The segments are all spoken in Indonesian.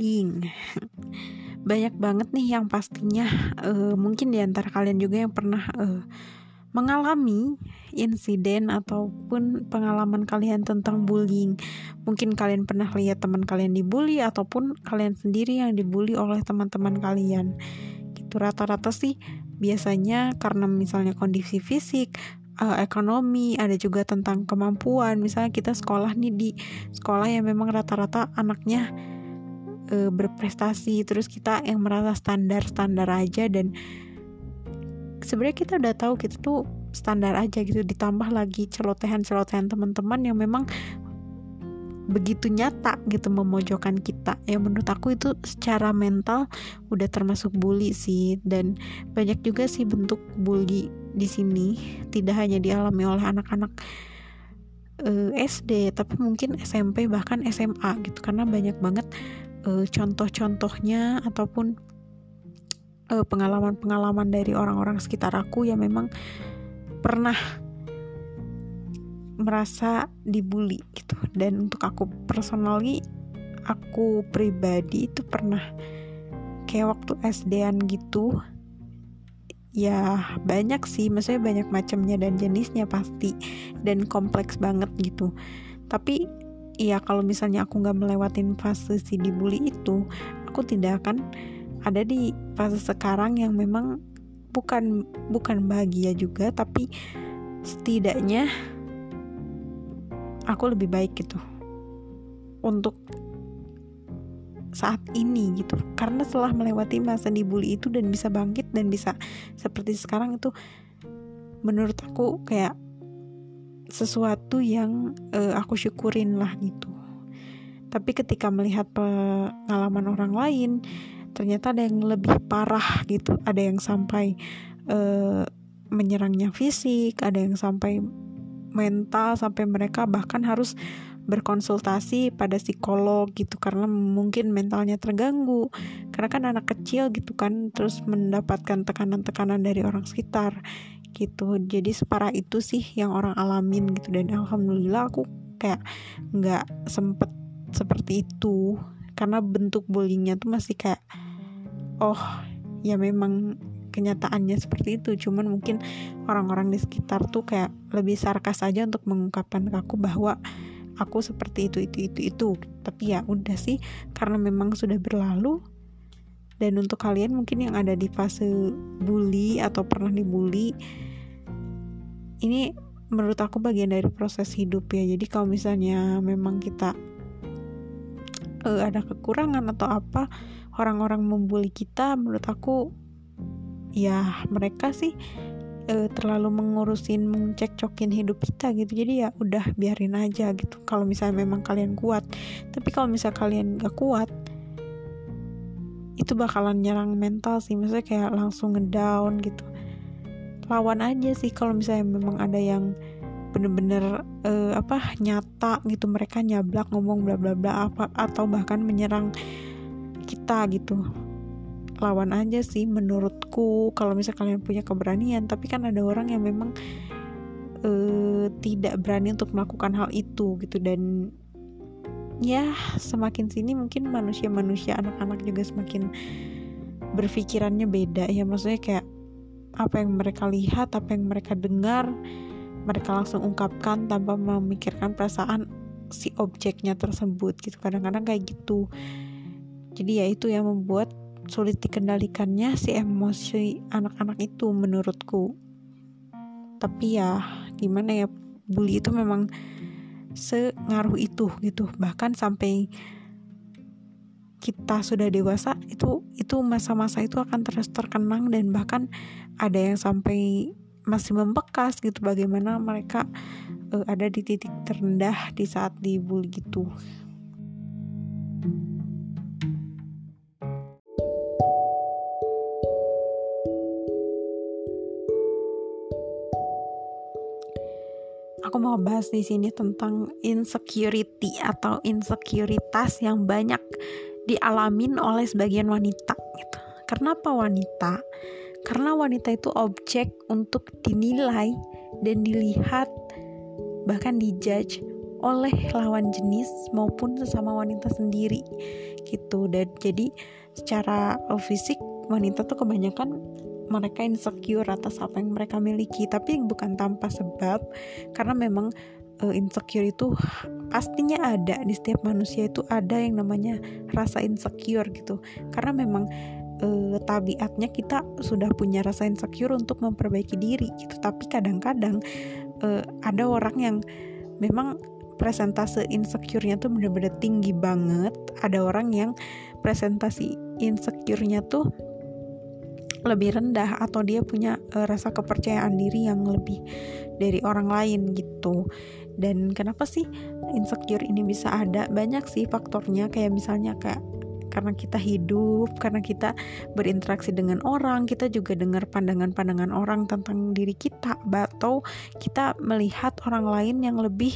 bullying. Banyak banget nih yang pastinya mungkin di antara kalian juga yang pernah mengalami insiden ataupun pengalaman kalian tentang bullying. Mungkin kalian pernah lihat teman kalian dibully ataupun kalian sendiri yang dibully oleh teman-teman kalian. Gitu rata-rata sih biasanya karena misalnya kondisi fisik, ekonomi, ada juga tentang kemampuan. Misalnya kita sekolah nih di sekolah yang memang rata-rata anaknya berprestasi, terus kita yang merasa standar aja, dan sebenarnya kita udah tahu kita tuh standar aja gitu, ditambah lagi celotehan teman-teman yang memang begitu nyata gitu memojokkan kita. Yang menurut aku itu secara mental udah termasuk bully sih. Dan banyak juga sih bentuk bully di sini, tidak hanya dialami oleh anak-anak SD, tapi mungkin SMP bahkan SMA gitu, karena banyak banget contoh-contohnya ataupun pengalaman-pengalaman dari orang-orang sekitar aku yang memang pernah merasa dibully gitu. Dan untuk aku personally, aku pribadi itu pernah kayak waktu SD-an gitu ya, banyak sih, maksudnya banyak macamnya dan jenisnya pasti, dan kompleks banget gitu. Tapi ya kalau misalnya aku gak melewatin fase si dibully itu, aku tidak akan ada di fase sekarang yang memang bukan bahagia juga, tapi setidaknya aku lebih baik gitu untuk saat ini gitu. Karena setelah melewati masa dibully itu dan bisa bangkit dan bisa seperti sekarang, itu menurut aku kayak sesuatu yang aku syukurin lah gitu. Tapi ketika melihat pengalaman orang lain, ternyata ada yang lebih parah gitu. Ada yang sampai menyerangnya fisik, ada yang sampai mental, sampai mereka bahkan harus berkonsultasi pada psikolog gitu, karena mungkin mentalnya terganggu, karena kan anak kecil gitu kan, terus mendapatkan tekanan-tekanan dari orang sekitar gitu. Jadi separah itu sih yang orang alamin gitu. Dan alhamdulillah aku kayak nggak sempet seperti itu, karena bentuk bullyingnya tuh masih kayak oh ya memang kenyataannya seperti itu. Cuman mungkin orang-orang di sekitar tuh kayak lebih sarkas aja untuk mengungkapkan ke aku bahwa aku seperti itu. Tapi ya udah sih, karena memang sudah berlalu. Dan untuk kalian mungkin yang ada di fase bully atau pernah dibully, ini menurut aku bagian dari proses hidup ya. Jadi kalau misalnya memang kita ada kekurangan atau apa, orang-orang membuli kita, menurut aku ya mereka sih terlalu mengcekcokin hidup kita gitu. Jadi ya udah biarin aja gitu kalau misalnya memang kalian kuat. Tapi kalau misalnya kalian gak kuat, itu bakalan nyerang mental sih, maksudnya kayak langsung ngedown gitu. Lawan aja sih kalau misalnya memang ada yang bener-bener nyata gitu, mereka nyablak ngomong bla bla bla apa, atau bahkan menyerang kita gitu. Lawan aja sih menurutku kalau misalnya kalian punya keberanian. Tapi kan ada orang yang memang tidak berani untuk melakukan hal itu gitu. Dan ya semakin sini mungkin manusia anak-anak juga semakin berpikirannya beda ya, maksudnya kayak apa yang mereka lihat, apa yang mereka dengar, mereka langsung ungkapkan tanpa memikirkan perasaan si objeknya tersebut gitu. Kadang-kadang kayak gitu. Jadi ya itu yang membuat sulit dikendalikannya si emosi anak-anak itu menurutku. Tapi ya gimana ya, bully itu memang sengaruh itu gitu. Bahkan sampai kita sudah dewasa, itu masa-masa itu akan terus terkenang, dan bahkan ada yang sampai masih membekas gitu, bagaimana mereka ada di titik terendah di saat dibully gitu. Aku mau bahas di sini tentang insecurity atau insekuritas yang banyak dialamin oleh sebagian wanita gitu. Kenapa wanita? Karena wanita itu objek untuk dinilai dan dilihat, bahkan dijudge oleh lawan jenis maupun sesama wanita sendiri gitu. Dan jadi secara fisik wanita tuh kebanyakan mereka insecure atas apa yang mereka miliki, tapi bukan tanpa sebab, karena memang insecure itu pastinya ada di setiap manusia, itu ada yang namanya rasa insecure gitu, karena memang tabiatnya kita sudah punya rasa insecure untuk memperbaiki diri gitu. Tapi kadang-kadang ada orang yang memang presentase insecure-nya tuh bener-bener tinggi banget, ada orang yang presentasi insecure-nya tuh lebih rendah, atau dia punya rasa kepercayaan diri yang lebih dari orang lain gitu. Dan kenapa sih insecure ini bisa ada? Banyak sih faktornya, kayak misalnya karena kita hidup, karena kita berinteraksi dengan orang, kita juga dengar pandangan-pandangan orang tentang diri kita, atau kita melihat orang lain yang lebih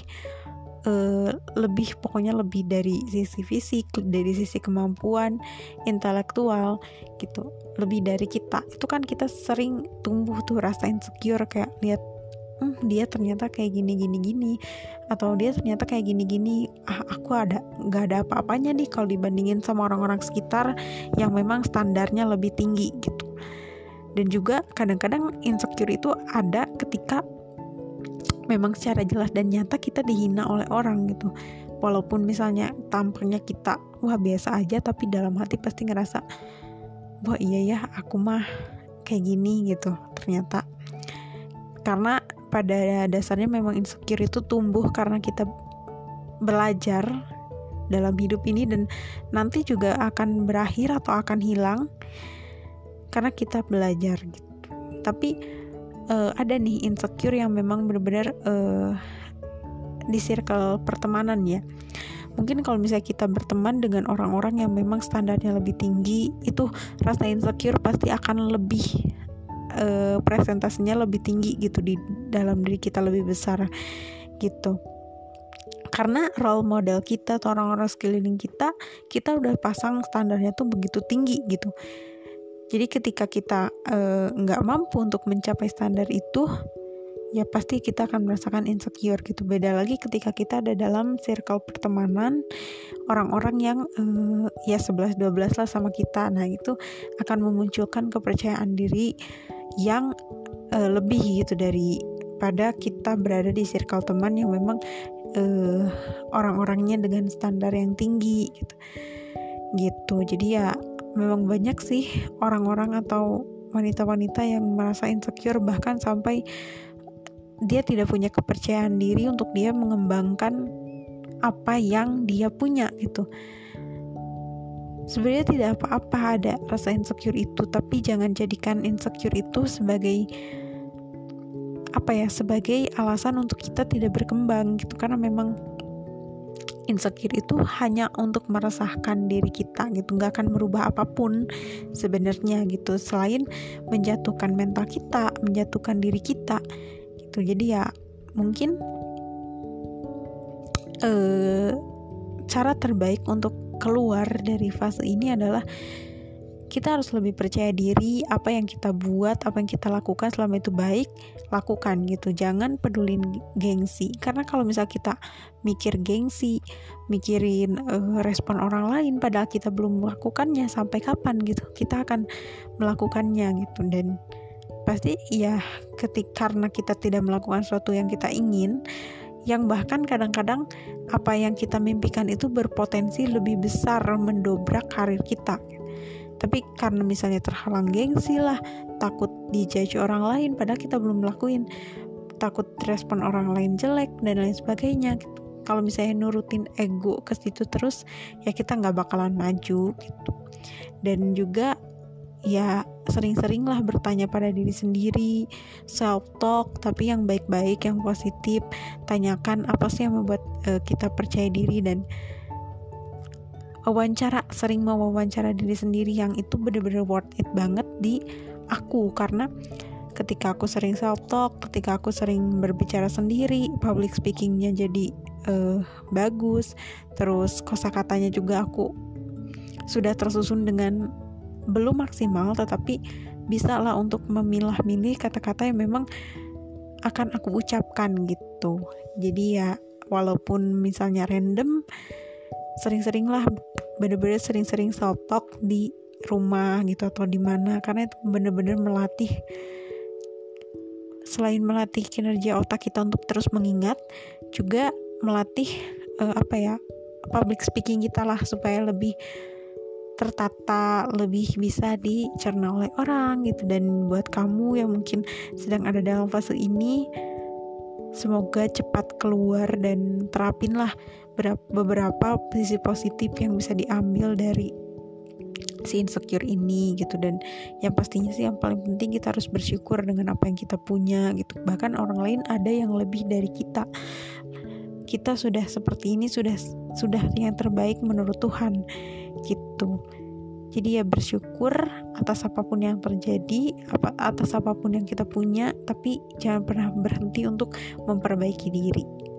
pokoknya lebih dari sisi fisik, dari sisi kemampuan intelektual gitu, lebih dari kita. Itu kan kita sering tumbuh tuh rasa insecure, kayak lihat dia ternyata kayak gini, atau dia ternyata kayak gini, aku nggak ada apa-apanya nih kalau dibandingin sama orang-orang sekitar yang memang standarnya lebih tinggi gitu. Dan juga kadang-kadang insecure itu ada ketika memang secara jelas dan nyata kita dihina oleh orang gitu. Walaupun misalnya tampaknya kita biasa aja, tapi dalam hati pasti ngerasa wah iya ya, aku mah kayak gini gitu ternyata. Karena pada dasarnya memang insecure itu tumbuh karena kita belajar dalam hidup ini, dan nanti juga akan berakhir atau akan hilang karena kita belajar gitu. Tapi ada nih insecure yang memang benar-benar di circle pertemanan ya. Mungkin kalau misalnya kita berteman dengan orang-orang yang memang standarnya lebih tinggi, itu rasa insecure pasti akan lebih presentasinya lebih tinggi gitu di dalam diri kita, lebih besar gitu. Karena role model kita atau orang-orang sekeliling kita udah pasang standarnya tuh begitu tinggi gitu. Jadi ketika kita nggak mampu untuk mencapai standar itu, ya pasti kita akan merasakan insecure gitu. Beda lagi ketika kita ada dalam circle pertemanan orang-orang yang ya 11-12 lah sama kita. Nah itu akan memunculkan kepercayaan diri yang lebih gitu daripada kita berada di circle teman yang memang orang-orangnya dengan standar yang tinggi gitu. Jadi ya memang banyak sih orang-orang atau wanita-wanita yang merasa insecure, bahkan sampai dia tidak punya kepercayaan diri untuk dia mengembangkan apa yang dia punya gitu. Sebenarnya tidak apa-apa ada rasa insecure itu, tapi jangan jadikan insecure itu sebagai sebagai alasan untuk kita tidak berkembang gitu. Karena memang insecure itu hanya untuk meresahkan diri kita gitu, nggak akan merubah apapun sebenarnya gitu, selain menjatuhkan mental kita, menjatuhkan diri kita gitu. Jadi ya mungkin cara terbaik untuk keluar dari fase ini adalah kita harus lebih percaya diri. Apa yang kita buat, apa yang kita lakukan selama itu baik, lakukan gitu. Jangan pedulin gengsi. Karena kalau misal kita mikir gengsi, mikirin respon orang lain padahal kita belum melakukannya, sampai kapan gitu kita akan melakukannya gitu. Dan pasti ya karena kita tidak melakukan sesuatu yang kita ingin, yang bahkan kadang-kadang apa yang kita mimpikan itu berpotensi lebih besar mendobrak karir kita. Tapi karena misalnya terhalang gengsi lah, takut dijudge orang lain padahal kita belum melakuin, takut respon orang lain jelek dan lain sebagainya gitu. Kalau misalnya nurutin ego ke situ terus, ya kita nggak bakalan maju gitu. Dan juga ya sering-seringlah bertanya pada diri sendiri, self talk, tapi yang baik-baik, yang positif. Tanyakan apa sih yang membuat kita percaya diri, dan sering mewawancara diri sendiri, yang itu benar-benar worth it banget di aku. Karena ketika aku sering self talk, ketika aku sering berbicara sendiri, public speakingnya jadi bagus, terus kosakatanya juga aku sudah tersusun dengan belum maksimal, tetapi bisa lah untuk memilah-milih kata-kata yang memang akan aku ucapkan gitu. Jadi ya walaupun misalnya random, sering-seringlah, bener-bener sering-sering self talk di rumah gitu atau di mana, karena itu bener-bener melatih, selain melatih kinerja otak kita untuk terus mengingat, juga melatih public speaking kita lah, supaya lebih tertata, lebih bisa dicerna oleh orang gitu. Dan buat kamu yang mungkin sedang ada dalam fase ini, semoga cepat keluar dan terapinlah beberapa sisi positif yang bisa diambil dari si insecure ini gitu. Dan yang pastinya sih yang paling penting, kita harus bersyukur dengan apa yang kita punya gitu. Bahkan orang lain ada yang lebih dari kita. Kita sudah seperti ini, sudah yang terbaik menurut Tuhan gitu. Jadi ya bersyukur atas apapun yang terjadi, atas apapun yang kita punya, tapi jangan pernah berhenti untuk memperbaiki diri.